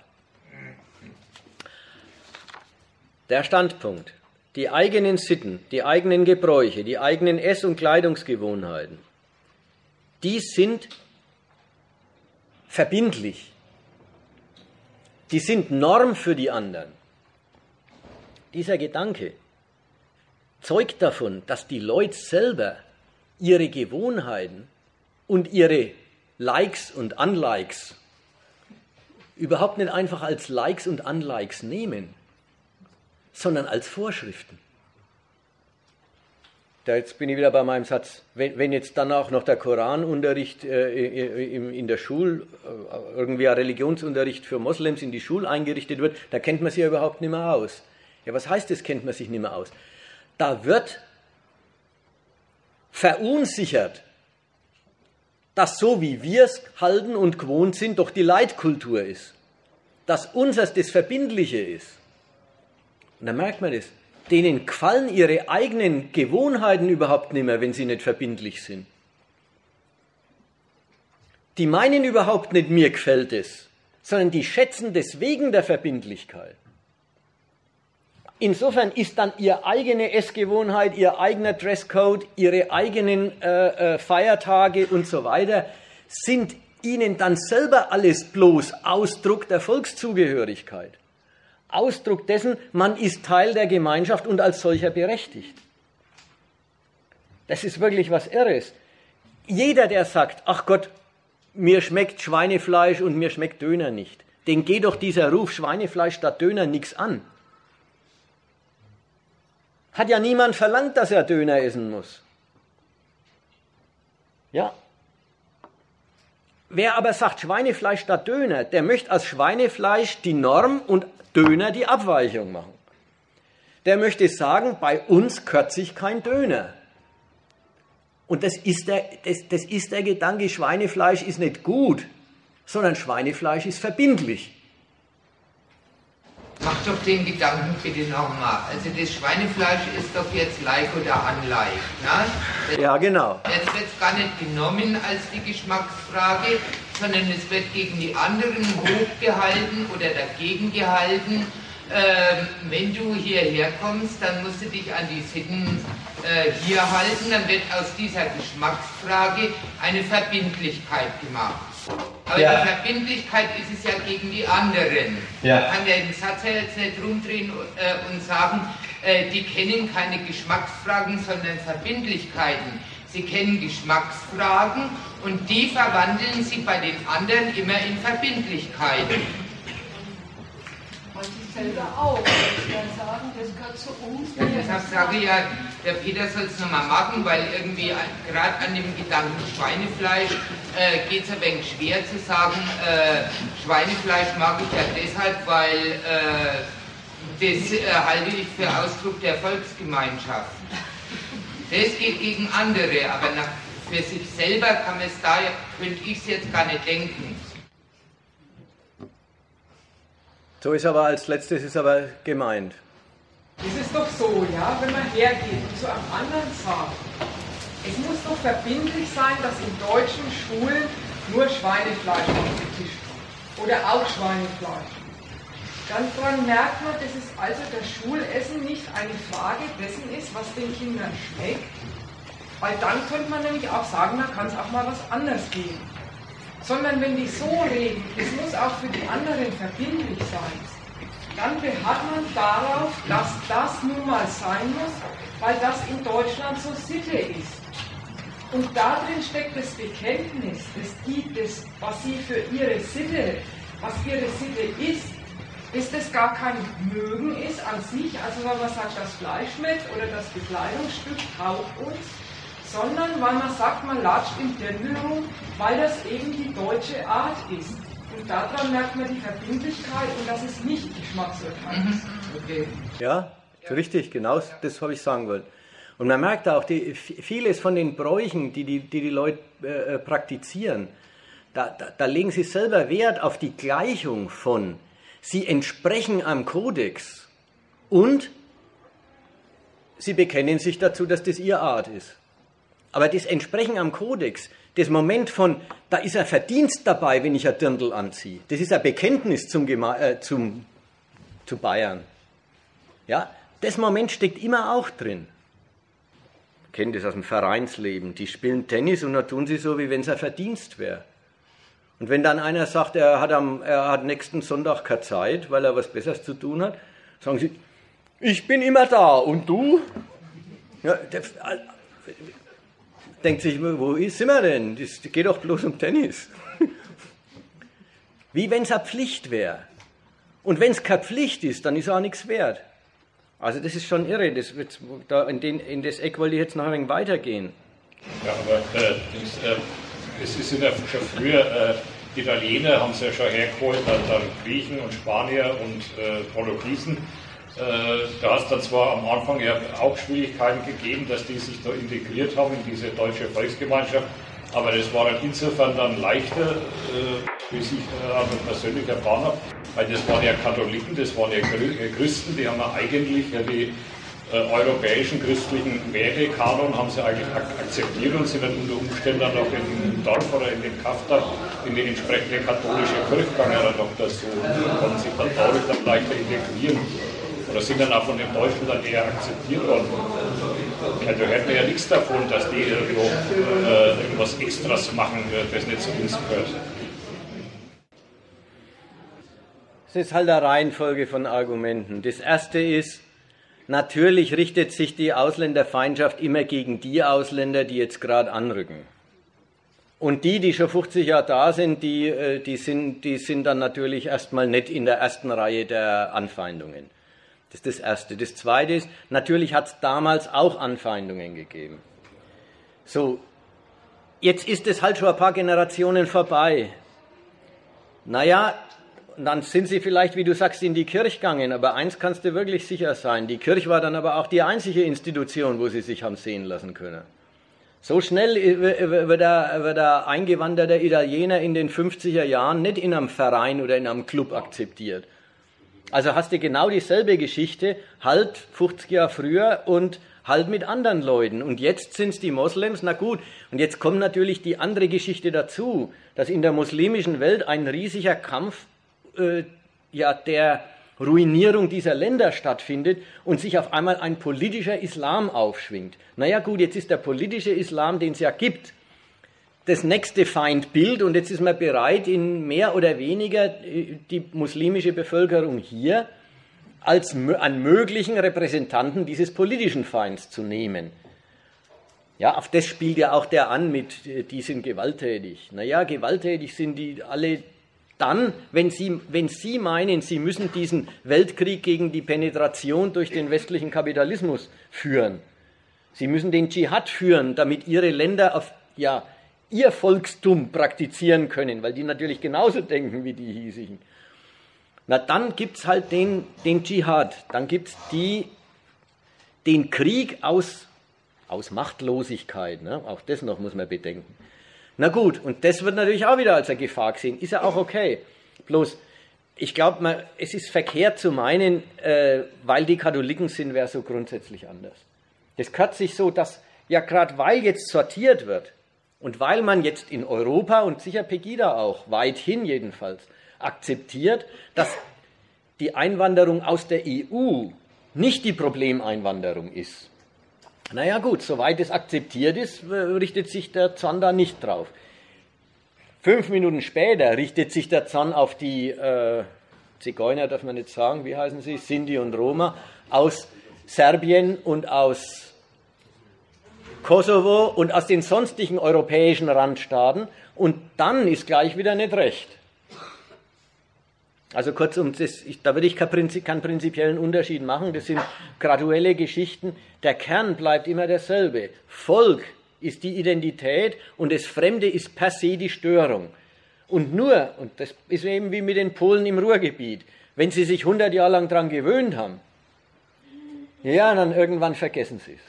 Der Standpunkt, die eigenen Sitten, die eigenen Gebräuche, die eigenen Ess- und Kleidungsgewohnheiten, die sind verbindlich. Die sind Norm für die anderen. Dieser Gedanke zeugt davon, dass die Leute selber ihre Gewohnheiten und ihre Likes und Unlikes überhaupt nicht einfach als Likes und Unlikes nehmen, sondern als Vorschriften. Da jetzt bin ich wieder bei meinem Satz, wenn, wenn jetzt dann auch noch der Koranunterricht äh, in, in der Schule, äh, irgendwie ein Religionsunterricht für Moslems in die Schule eingerichtet wird, da kennt man sich ja überhaupt nicht mehr aus. Ja, was heißt das, kennt man sich nicht mehr aus? Da wird verunsichert, dass so wie wir es halten und gewohnt sind, doch die Leitkultur ist. Dass unseres das Verbindliche ist. Und dann merkt man das. Denen gefallen ihre eigenen Gewohnheiten überhaupt nicht mehr, wenn sie nicht verbindlich sind. Die meinen überhaupt nicht, mir gefällt es, sondern die schätzen das wegen der Verbindlichkeit. Insofern ist dann ihre eigene Essgewohnheit, ihr eigener Dresscode, ihre eigenen äh, äh, Feiertage und so weiter, sind ihnen dann selber alles bloß Ausdruck der Volkszugehörigkeit. Ausdruck dessen, man ist Teil der Gemeinschaft und als solcher berechtigt. Das ist wirklich was Irres. Jeder, der sagt, ach Gott, mir schmeckt Schweinefleisch und mir schmeckt Döner nicht, den geht doch dieser Ruf Schweinefleisch statt Döner nichts an. Hat ja niemand verlangt, dass er Döner essen muss. Ja. Wer aber sagt Schweinefleisch statt Döner, der möchte als Schweinefleisch die Norm und Döner die Abweichung machen. Der möchte sagen, bei uns kürzt sich kein Döner. Und das ist, der, das, das ist der Gedanke, Schweinefleisch ist nicht gut, sondern Schweinefleisch ist verbindlich. Mach doch den Gedanken bitte nochmal. Also das Schweinefleisch ist doch jetzt Like oder Unlike. Ne? Ja, genau. Jetzt wird es gar nicht genommen als die Geschmacksfrage, sondern es wird gegen die anderen hochgehalten oder dagegen gehalten. Ähm, wenn du hierher kommst, dann musst du dich an die Sitten äh, hier halten, dann wird aus dieser Geschmacksfrage eine Verbindlichkeit gemacht. Aber ja. Die Verbindlichkeit ist es ja gegen die anderen. Ja. Man kann ja den Satz ja jetzt nicht rumdrehen äh, und sagen, äh, die kennen keine Geschmacksfragen, sondern Verbindlichkeiten. Sie kennen Geschmacksfragen und die verwandeln sie bei den anderen immer in Verbindlichkeiten. Und sie selber auch. Ich kann sagen, das gehört zu uns. Ja, deshalb sage ich ja, der Peter soll es nochmal machen, weil irgendwie gerade an dem Gedanken Schweinefleisch äh, geht es ein wenig schwer zu sagen, äh, Schweinefleisch mag ich ja deshalb, weil äh, das äh, halte ich für Ausdruck der Volksgemeinschaft. Das geht gegen andere, aber nach, für sich selber kann man es da, könnte ich es jetzt gar nicht denken. So ist aber als letztes ist aber gemeint. Es ist doch so, ja, wenn man hergeht und zu einem anderen sagt, es muss doch verbindlich sein, dass in deutschen Schulen nur Schweinefleisch auf den Tisch kommt. Oder auch Schweinefleisch. Dann daran merkt man, dass es also das Schulessen nicht eine Frage dessen ist, was den Kindern schmeckt. Weil dann könnte man nämlich auch sagen, man kann es auch mal was anders geben. sondern wenn die so reden, es muss auch für die anderen verbindlich sein, dann beharrt man darauf, dass das nun mal sein muss, weil das in Deutschland so Sitte ist. Und darin steckt das Bekenntnis, dass die, das, was sie für ihre Sitte, was ihre Sitte ist, dass das gar kein Mögen ist an sich, also weil man sagt, das Fleisch schmeckt oder das Bekleidungsstück taugt uns, sondern weil man sagt, man latscht im Dirndl rum, weil das eben die deutsche Art ist. Und daran merkt man die Verbindlichkeit und dass es nicht Geschmacksurteil ist. Okay. Ja, richtig, genau das habe ich sagen wollen. Und man merkt auch, die, vieles von den Bräuchen, die die, die, die Leute äh, praktizieren, da, da, da legen sie selber Wert auf die Gleichung von, sie entsprechen einem Kodex und sie bekennen sich dazu, dass das ihre Art ist. Aber das Entsprechen am Kodex, das Moment von, da ist ein Verdienst dabei, wenn ich ein Dirndl anziehe, das ist ein Bekenntnis zum, äh, zum, zu Bayern. Ja, das Moment steckt immer auch drin. Ich kenne das aus dem Vereinsleben. Die spielen Tennis und dann tun sie so, wie wenn es ein Verdienst wäre. Und wenn dann einer sagt, er hat, am, er hat nächsten Sonntag keine Zeit, weil er was Besseres zu tun hat, sagen sie, ich bin immer da und du? Ja, der, denkt sich, wo ist, sind wir denn? Das geht doch bloß um Tennis. Wie wenn es eine Pflicht wäre. Und wenn es keine Pflicht ist, dann ist auch nichts wert. Also das ist schon irre. Das wird, da in, den, in das Eck wollte ich jetzt noch ein wenig weitergehen. Ja, aber äh, das, äh, es ist ja schon früher, äh, die Italiener haben es ja schon hergeholt, dann, dann Griechen und Spanier und äh, Portugiesen. Äh, da hat es dann zwar am Anfang ja auch Schwierigkeiten gegeben, dass die sich da integriert haben in diese deutsche Volksgemeinschaft, aber das war dann insofern dann leichter, äh, wie ich äh, also persönlich erfahren habe, weil das waren ja Katholiken, das waren ja Christen, die haben ja eigentlich ja die äh, europäischen christlichen Wertekanon haben sie eigentlich ak akzeptiert und sind dann unter Umständen dann auch in dem Dorf oder in dem Kaff dann in die entsprechende katholische Kirche gegangen, dann noch dazu und konnten sich dann dadurch dann leichter integrieren. Oder sind dann auch von den Deutschen dann eher akzeptiert worden. Also hört man ja nichts davon, dass die irgendwo äh, irgendwas Extras machen, das nicht zu uns gehört. Das ist halt eine Reihenfolge von Argumenten. Das erste ist, natürlich richtet sich die Ausländerfeindschaft immer gegen die Ausländer, die jetzt gerade anrücken. Und die, die schon fünfzig Jahre da sind, die, die, sind, die sind dann natürlich erstmal nicht in der ersten Reihe der Anfeindungen. Das ist das Erste. Das Zweite ist, natürlich hat es damals auch Anfeindungen gegeben. So, jetzt ist es halt schon ein paar Generationen vorbei. Naja, dann sind sie vielleicht, wie du sagst, in die Kirche gegangen, aber eins kannst du wirklich sicher sein, die Kirche war dann aber auch die einzige Institution, wo sie sich haben sehen lassen können. So schnell wird der, wird der eingewanderte Italiener in den fünfziger Jahren nicht in einem Verein oder in einem Club akzeptiert. Also hast du genau dieselbe Geschichte, halt fünfzig Jahre früher und halt mit anderen Leuten. Und jetzt sind es die Moslems, na gut. Und jetzt kommt natürlich die andere Geschichte dazu, dass in der muslimischen Welt ein riesiger Kampf äh, ja, der Ruinierung dieser Länder stattfindet und sich auf einmal ein politischer Islam aufschwingt. Naja gut, jetzt ist der politische Islam, den es ja gibt, das nächste Feindbild und jetzt ist man bereit, in mehr oder weniger die muslimische Bevölkerung hier als einen möglichen Repräsentanten dieses politischen Feinds zu nehmen. Ja, auf das spielt ja auch der an mit, die sind gewalttätig. Naja, gewalttätig sind die alle dann, wenn sie, wenn sie meinen, sie müssen diesen Weltkrieg gegen die Penetration durch den westlichen Kapitalismus führen. Sie müssen den Dschihad führen, damit ihre Länder auf, ja, ihr Volkstum praktizieren können, weil die natürlich genauso denken wie die hiesigen. Na, dann gibt's halt den, den Dschihad, dann gibt's die, den Krieg aus, aus Machtlosigkeit, ne? Auch das noch muss man bedenken. Na gut, und das wird natürlich auch wieder als eine Gefahr gesehen, ist ja auch okay. Bloß, ich glaube, es ist verkehrt zu meinen, äh, weil die Katholiken sind, wäre so grundsätzlich anders. Das gehört sich so, dass, ja gerade weil jetzt sortiert wird, und weil man jetzt in Europa und sicher Pegida auch, weithin jedenfalls, akzeptiert, dass die Einwanderung aus der E U nicht die Problemeinwanderung ist. Naja gut, soweit es akzeptiert ist, richtet sich der Zorn da nicht drauf. Fünf Minuten später richtet sich der Zorn auf die äh, Zigeuner, darf man nicht sagen, wie heißen sie, Sinti und Roma, aus Serbien und aus Kosovo und aus den sonstigen europäischen Randstaaten, und dann ist gleich wieder nicht recht. Also kurzum, das, ich, da würde ich keinen Prinzip, keinen prinzipiellen Unterschied machen, das sind graduelle Geschichten, der Kern bleibt immer derselbe. Volk ist die Identität und das Fremde ist per se die Störung. Und nur, und das ist eben wie mit den Polen im Ruhrgebiet, wenn sie sich hundert Jahre lang daran gewöhnt haben, ja, dann irgendwann vergessen sie es.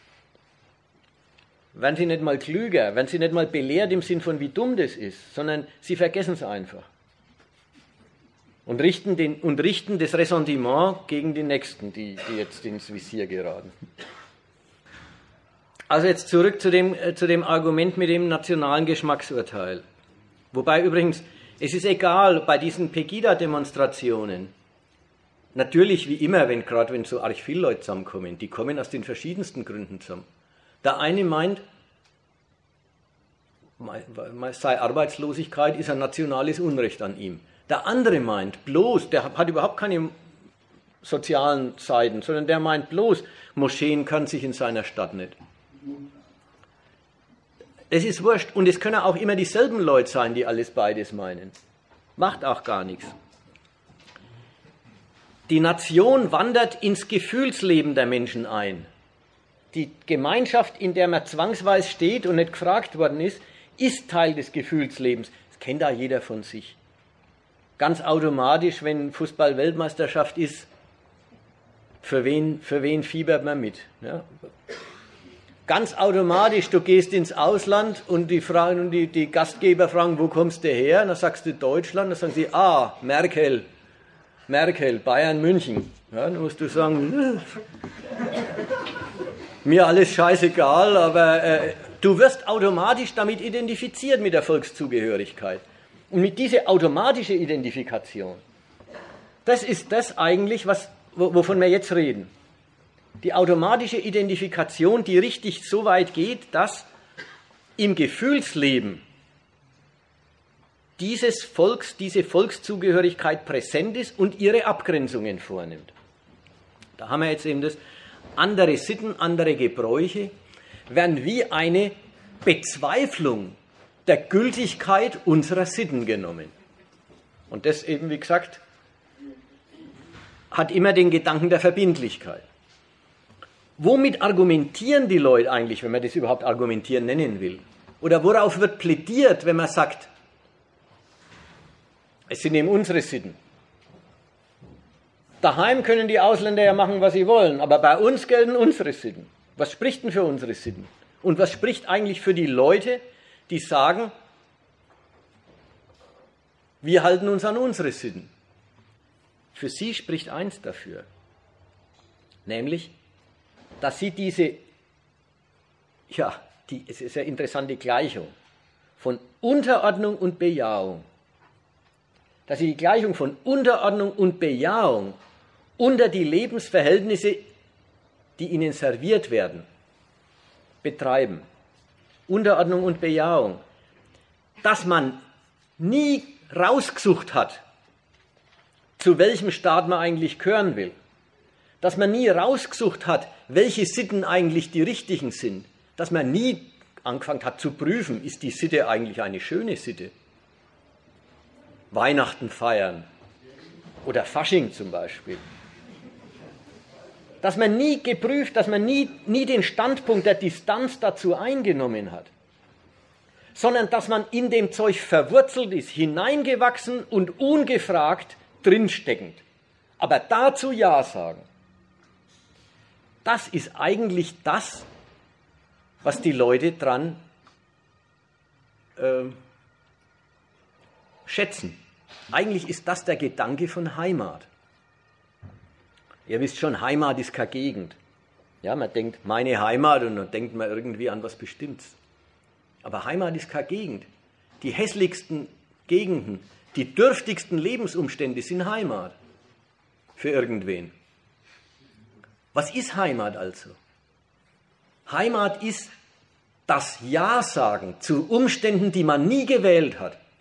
Werden sie nicht mal klüger, werden sie nicht mal belehrt im Sinn von, wie dumm das ist, sondern sie vergessen es einfach. Und richten, den, und richten das Ressentiment gegen die Nächsten, die, die jetzt ins Visier geraten. Also jetzt zurück zu dem, äh, zu dem Argument mit dem nationalen Geschmacksurteil. Wobei übrigens, es ist egal, bei diesen Pegida-Demonstrationen, natürlich wie immer, wenn gerade wenn so arg viele Leute zusammenkommen, die kommen aus den verschiedensten Gründen zusammen. Der eine meint, sei Arbeitslosigkeit, ist ein nationales Unrecht an ihm. Der andere meint bloß, der hat überhaupt keine sozialen Seiten, sondern der meint bloß, Moscheen kann sich in seiner Stadt nicht. Das ist wurscht. Und es können auch immer dieselben Leute sein, die alles beides meinen. Macht auch gar nichts. Die Nation wandert ins Gefühlsleben der Menschen ein. Die Gemeinschaft, in der man zwangsweise steht und nicht gefragt worden ist, ist Teil des Gefühlslebens. Das kennt da jeder von sich. Ganz automatisch, wenn Fußball-Weltmeisterschaft ist, für wen, für wen fiebert man mit? Ja? Ganz automatisch, du gehst ins Ausland und die, fragen, und die, die Gastgeber fragen, wo kommst du her? Und dann sagst du Deutschland, dann sagen sie, ah, Merkel, Merkel, Bayern, München. Ja, dann musst du sagen, mir alles scheißegal, aber äh, du wirst automatisch damit identifiziert mit der Volkszugehörigkeit. Und mit dieser automatischen Identifikation, das ist das eigentlich, was, wovon wir jetzt reden. Die automatische Identifikation, die richtig so weit geht, dass im Gefühlsleben dieses Volks, diese Volkszugehörigkeit präsent ist und ihre Abgrenzungen vornimmt. Da haben wir jetzt eben das, andere Sitten, andere Gebräuche werden wie eine Bezweiflung der Gültigkeit unserer Sitten genommen. Und das eben, wie gesagt, hat immer den Gedanken der Verbindlichkeit. Womit argumentieren die Leute eigentlich, wenn man das überhaupt argumentieren nennen will? Oder worauf wird plädiert, wenn man sagt, es sind eben unsere Sitten. Daheim können die Ausländer ja machen, was sie wollen, aber bei uns gelten unsere Sitten. Was spricht denn für unsere Sitten? Und was spricht eigentlich für die Leute, die sagen, wir halten uns an unsere Sitten? Für sie spricht eins dafür, nämlich, dass sie diese, ja, die, es ist eine interessante Gleichung von Unterordnung und Bejahung, dass sie die Gleichung von Unterordnung und Bejahung unter die Lebensverhältnisse, die ihnen serviert werden, betreiben. Unterordnung und Bejahung. Dass man nie rausgesucht hat, zu welchem Staat man eigentlich gehören will. Dass man nie rausgesucht hat, welche Sitten eigentlich die richtigen sind. Dass man nie angefangen hat zu prüfen, ist die Sitte eigentlich eine schöne Sitte. Weihnachten feiern oder Fasching zum Beispiel. Dass man nie geprüft, dass man nie, nie den Standpunkt der Distanz dazu eingenommen hat, sondern dass man in dem Zeug verwurzelt ist, hineingewachsen und ungefragt drinsteckend. Aber dazu Ja sagen. Das ist eigentlich das, was die Leute dran äh, schätzen. Eigentlich ist das der Gedanke von Heimat. Ihr wisst schon, Heimat ist keine Gegend. Ja, man denkt, meine Heimat, und dann denkt man irgendwie an was Bestimmtes. Aber Heimat ist keine Gegend. Die hässlichsten Gegenden, die dürftigsten Lebensumstände sind Heimat für irgendwen. Was ist Heimat also? Heimat ist das Ja sagen zu Umständen, die man nie gewählt hat.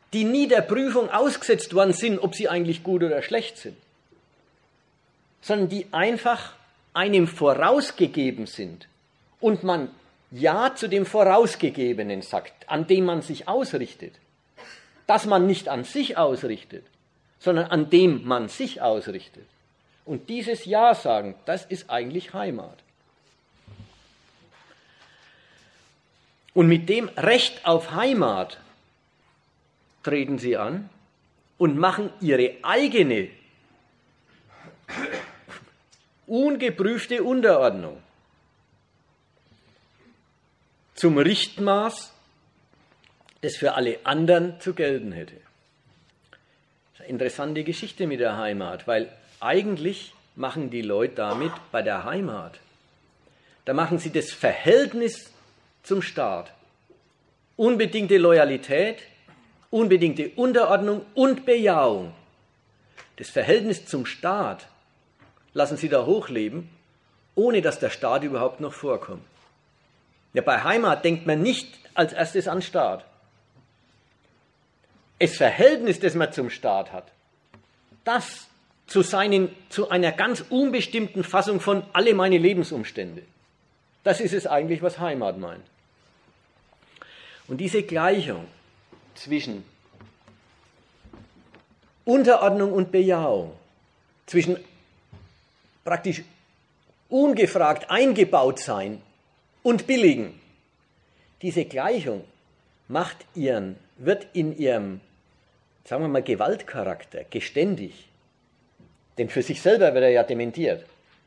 die nie der Prüfung ausgesetzt worden sind, ob sie eigentlich gut oder schlecht sind, sondern die einfach einem vorausgegeben sind und man Ja zu dem Vorausgegebenen sagt, an dem man sich ausrichtet, dass man nicht an sich ausrichtet, sondern an dem man sich ausrichtet. Und dieses Ja sagen, das ist eigentlich Heimat. Und mit dem Recht auf Heimat treten sie an und machen ihre eigene, ungeprüfte Unterordnung zum Richtmaß, das für alle anderen zu gelten hätte. Das ist eine interessante Geschichte mit der Heimat, weil eigentlich machen die Leute damit bei der Heimat, da machen sie das Verhältnis zum Staat, unbedingte Loyalität, unbedingte Unterordnung und Bejahung. Das Verhältnis zum Staat lassen sie da hochleben, ohne dass der Staat überhaupt noch vorkommt. Ja, bei Heimat denkt man nicht als erstes an Staat. Das Verhältnis, das man zum Staat hat, das zu, seinen, zu einer ganz unbestimmten Fassung von alle meine Lebensumstände, das ist es eigentlich, was Heimat meint. Und diese Gleichung zwischen Unterordnung und Bejahung, zwischen praktisch ungefragt eingebaut sein und billigen, diese Gleichung macht ihren, wird in ihrem, sagen wir mal, Gewaltcharakter geständig. Denn für sich selber wird er ja dementiert.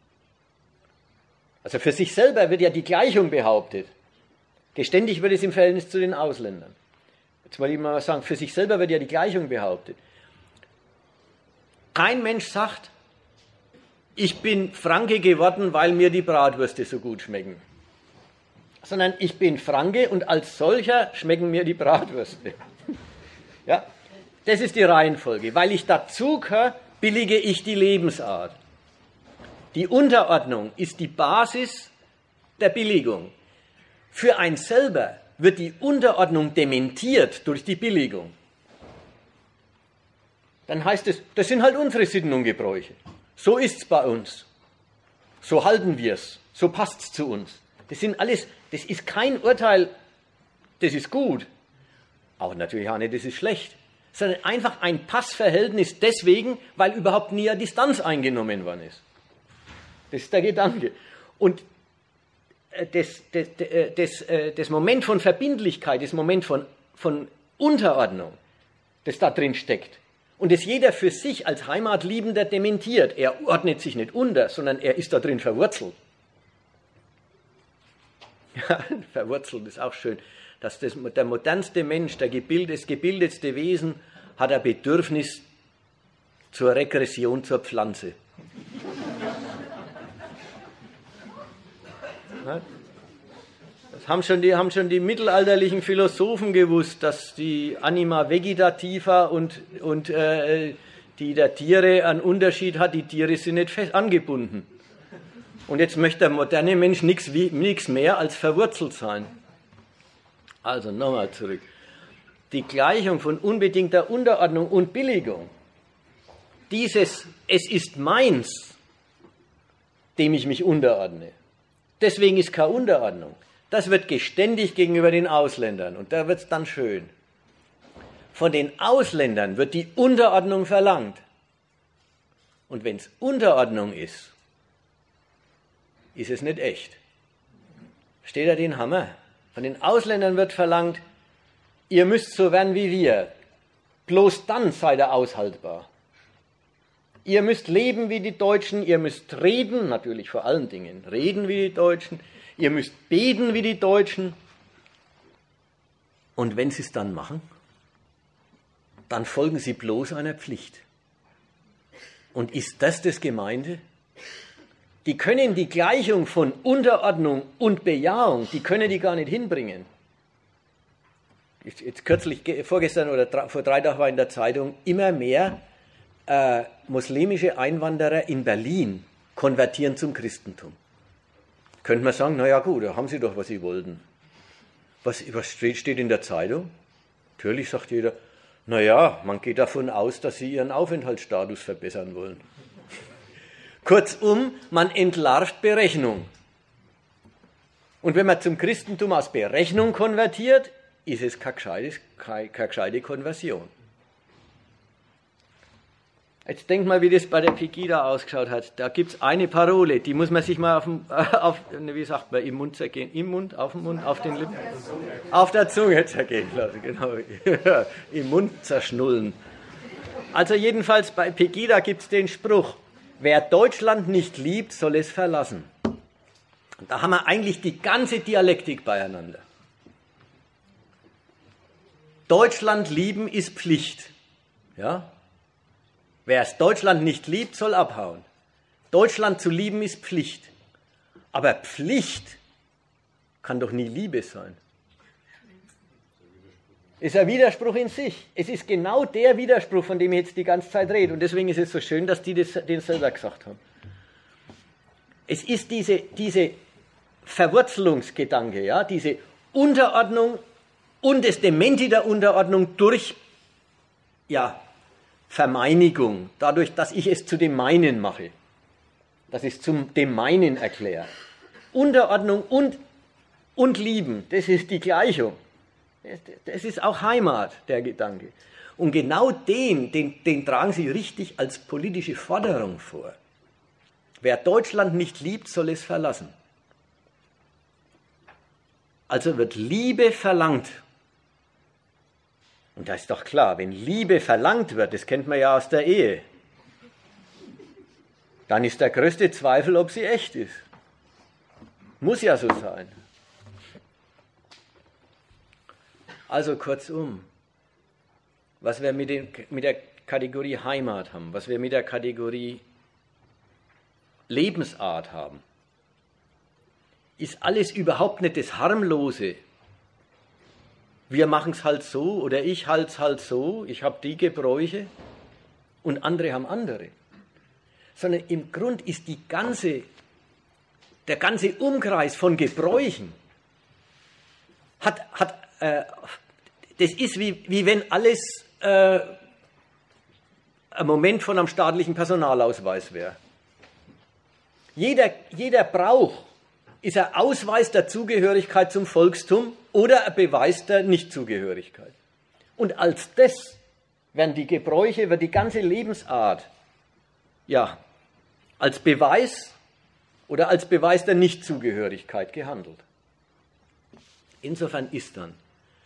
Also für sich selber wird ja die Gleichung behauptet. Geständig wird es im Verhältnis zu den Ausländern. Jetzt wollte ich mal sagen, für sich selber wird ja die Gleichung behauptet. Kein Mensch sagt, ich bin Franke geworden, weil mir die Bratwürste so gut schmecken. Sondern ich bin Franke und als solcher schmecken mir die Bratwürste. Ja, das ist die Reihenfolge. Weil ich dazugehöre, billige ich die Lebensart. Die Unterordnung ist die Basis der Billigung. Für einen selber wird die Unterordnung dementiert durch die Billigung. Dann heißt es, das sind halt unsere Sitten und Gebräuche. So ist es bei uns. So halten wir es. So passt es zu uns. Das sind alles, das ist kein Urteil, das ist gut. Auch natürlich auch nicht, das ist schlecht. Sondern einfach ein Passverhältnis deswegen, weil überhaupt nie eine Distanz eingenommen worden ist. Das ist der Gedanke. Und das, das, das, das Moment von Verbindlichkeit, das Moment von, von Unterordnung, das da drin steckt, und das jeder für sich als Heimatliebender dementiert. Er ordnet sich nicht unter, sondern er ist da drin verwurzelt. Ja, verwurzelt ist auch schön. Dass das, der modernste Mensch, der gebild, das gebildetste Wesen, hat ein Bedürfnis zur Regression zur Pflanze. Das haben schon, die, haben schon die mittelalterlichen Philosophen gewusst, dass die Anima vegetativa und, und äh, die der Tiere einen Unterschied hat. Die Tiere sind nicht fest angebunden. Und jetzt möchte der moderne Mensch nichts mehr als verwurzelt sein. Also nochmal zurück. Die Gleichung von unbedingter Unterordnung und Billigung, dieses Es ist meins, dem ich mich unterordne, deswegen ist keine Unterordnung. Das wird geständig gegenüber den Ausländern und da wird es dann schön. Von den Ausländern wird die Unterordnung verlangt. Und wenn es Unterordnung ist, ist es nicht echt. Steht da den Hammer? Von den Ausländern wird verlangt, ihr müsst so werden wie wir. Bloß dann seid ihr aushaltbar. Ihr müsst leben wie die Deutschen, ihr müsst reden, natürlich vor allen Dingen, reden wie die Deutschen, ihr müsst beten wie die Deutschen. Und wenn sie es dann machen, dann folgen sie bloß einer Pflicht. Und ist das das Gemeinte? Die können die Gleichung von Unterordnung und Bejahung, die können die gar nicht hinbringen. Jetzt kürzlich, vorgestern oder vor drei Tagen war in der Zeitung, immer mehr äh, muslimische Einwanderer in Berlin konvertieren zum Christentum. Könnte man sagen, naja gut, da haben sie doch, was sie wollten. Was, was steht, steht in der Zeitung? Natürlich sagt jeder, Naja, man geht davon aus, dass sie ihren Aufenthaltsstatus verbessern wollen. Kurzum, man entlarvt Berechnung. Und wenn man zum Christentum aus Berechnung konvertiert, ist es keine gescheite, keine, keine gescheite Konversion. Jetzt denkt mal, wie das bei der Pegida ausgeschaut hat. Da gibt es eine Parole, die muss man sich mal auf, dem, auf wie sagt man, im Mund zergehen, im Mund, auf dem Mund, auf den Lippen, auf der Zunge zergehen lassen, genau, im Mund zerschnullen. Also jedenfalls bei Pegida gibt es den Spruch, wer Deutschland nicht liebt, soll es verlassen. Da haben wir eigentlich die ganze Dialektik beieinander. Deutschland lieben ist Pflicht, ja. Wer es Deutschland nicht liebt, soll abhauen. Deutschland zu lieben ist Pflicht. Aber Pflicht kann doch nie Liebe sein. Ist ein Widerspruch in sich. Es ist genau der Widerspruch, von dem ich jetzt die ganze Zeit rede. Und deswegen ist es so schön, dass die das, den selber gesagt haben. Es ist diese, diese Verwurzelungsgedanke, ja, diese Unterordnung und das Dementi der Unterordnung durch, ja, Vermeinigung, dadurch, dass ich es zu dem Meinen mache, dass ich es zum dem Meinen erkläre. Unterordnung und, und Lieben, das ist die Gleichung. Das ist auch Heimat, der Gedanke. Und genau den, den, den tragen sie richtig als politische Forderung vor. Wer Deutschland nicht liebt, soll es verlassen. Also wird Liebe verlangt. Und da ist doch klar, wenn Liebe verlangt wird, das kennt man ja aus der Ehe, dann ist der größte Zweifel, ob sie echt ist. Muss ja so sein. Also kurzum, was wir mit, den, mit der Kategorie Heimat haben, was wir mit der Kategorie Lebensart haben, ist alles überhaupt nicht das Harmlose. Wir machen es halt so oder ich halte es halt so, ich habe die Gebräuche und andere haben andere. Sondern im Grund ist die ganze, der ganze Umkreis von Gebräuchen, hat, hat, äh, das ist wie, wie wenn alles äh, ein Moment von einem staatlichen Personalausweis wäre. Jeder, jeder Brauch ist ein Ausweis der Zugehörigkeit zum Volkstum oder ein Beweis der Nichtzugehörigkeit. Und als das werden die Gebräuche, wird die ganze Lebensart, ja, als Beweis oder als Beweis der Nichtzugehörigkeit gehandelt. Insofern ist dann,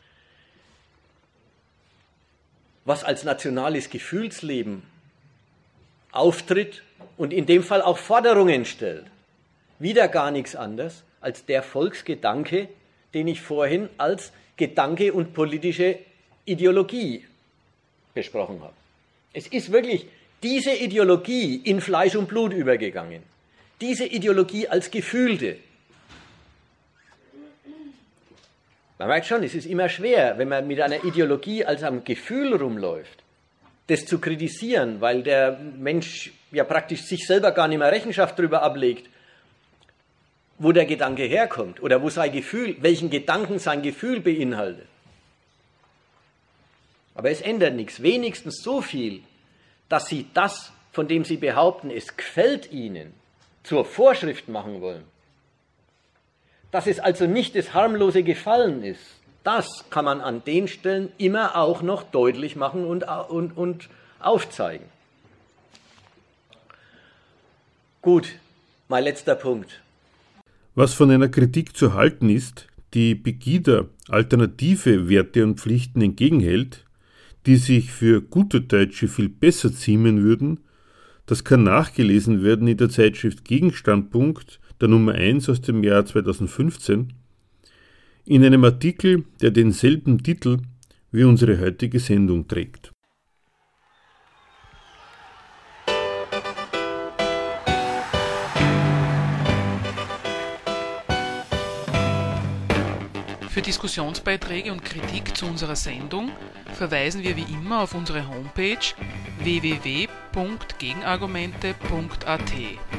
was als nationales Gefühlsleben auftritt und in dem Fall auch Forderungen stellt, wieder gar nichts anderes als der Volksgedanke, den ich vorhin als Gedanke und politische Ideologie besprochen habe. Es ist wirklich diese Ideologie in Fleisch und Blut übergegangen. Diese Ideologie als gefühlte. Man merkt schon, es ist immer schwer, wenn man mit einer Ideologie als am Gefühl rumläuft, das zu kritisieren, weil der Mensch ja praktisch sich selber gar nicht mehr Rechenschaft darüber ablegt, wo der Gedanke herkommt oder wo sein Gefühl, welchen Gedanken sein Gefühl beinhaltet. Aber es ändert nichts, wenigstens so viel, dass sie das, von dem sie behaupten, es gefällt ihnen, zur Vorschrift machen wollen. Dass es also nicht das harmlose Gefallen ist, das kann man an den Stellen immer auch noch deutlich machen und, und, und aufzeigen. Gut, mein letzter Punkt. Was von einer Kritik zu halten ist, die Pegida alternative Werte und Pflichten entgegenhält, die sich für gute Deutsche viel besser ziemen würden, das kann nachgelesen werden in der Zeitschrift Gegenstandpunkt, der Nummer eins aus dem Jahr zweitausendfünfzehn, in einem Artikel, der denselben Titel wie unsere heutige Sendung trägt. Für Diskussionsbeiträge und Kritik zu unserer Sendung verweisen wir wie immer auf unsere Homepage w w w punkt gegenargumente punkt a t.